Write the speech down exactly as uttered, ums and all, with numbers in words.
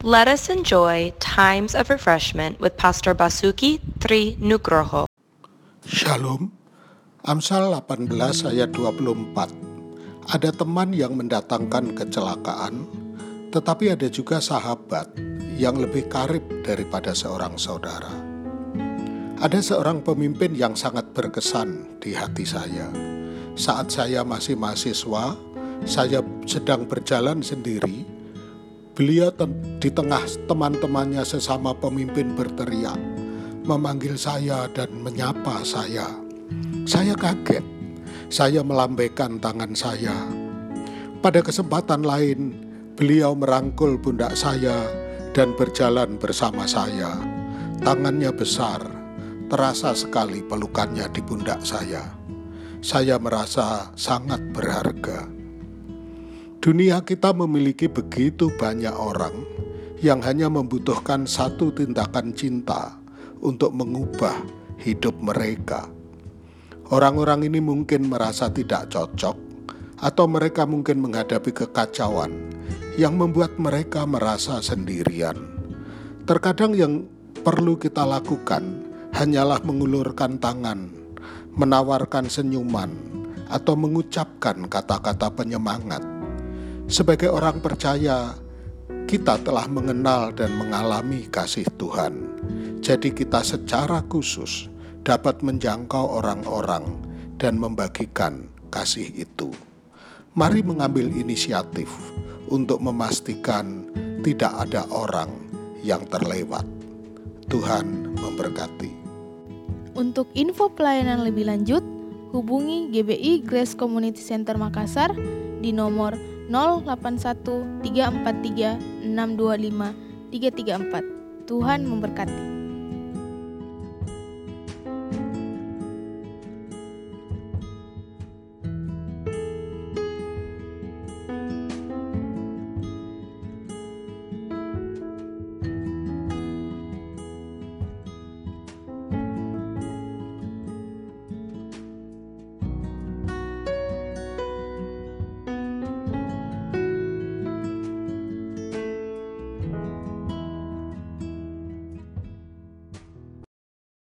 Let us enjoy times of refreshment with Pastor Basuki Tri Nugroho. Shalom. Amsal delapan belas ayat dua puluh empat. Ada teman yang mendatangkan kecelakaan, tetapi ada juga sahabat yang lebih karib daripada seorang saudara. Ada seorang pemimpin yang sangat berkesan di hati saya. Saat saya masih mahasiswa, saya sedang berjalan sendiri. Beliau di tengah teman-temannya sesama pemimpin berteriak, memanggil saya dan menyapa saya. Saya kaget. Saya melambaikan tangan saya. Pada kesempatan lain, beliau merangkul pundak saya dan berjalan bersama saya. Tangannya besar, terasa sekali pelukannya di pundak saya. Saya merasa sangat berharga. Dunia kita memiliki begitu banyak orang yang hanya membutuhkan satu tindakan cinta untuk mengubah hidup mereka. Orang-orang ini mungkin merasa tidak cocok, atau mereka mungkin menghadapi kekacauan yang membuat mereka merasa sendirian. Terkadang yang perlu kita lakukan hanyalah mengulurkan tangan, menawarkan senyuman, atau mengucapkan kata-kata penyemangat. Sebagai orang percaya, kita telah mengenal dan mengalami kasih Tuhan. Jadi kita secara khusus dapat menjangkau orang-orang dan membagikan kasih itu. Mari mengambil inisiatif untuk memastikan tidak ada orang yang terlewat. Tuhan memberkati. Untuk info pelayanan lebih lanjut, hubungi G B I Grace Community Center Makassar di nomor nol delapan satu tiga empat tiga enam dua lima tiga tiga empat. Tuhan memberkati.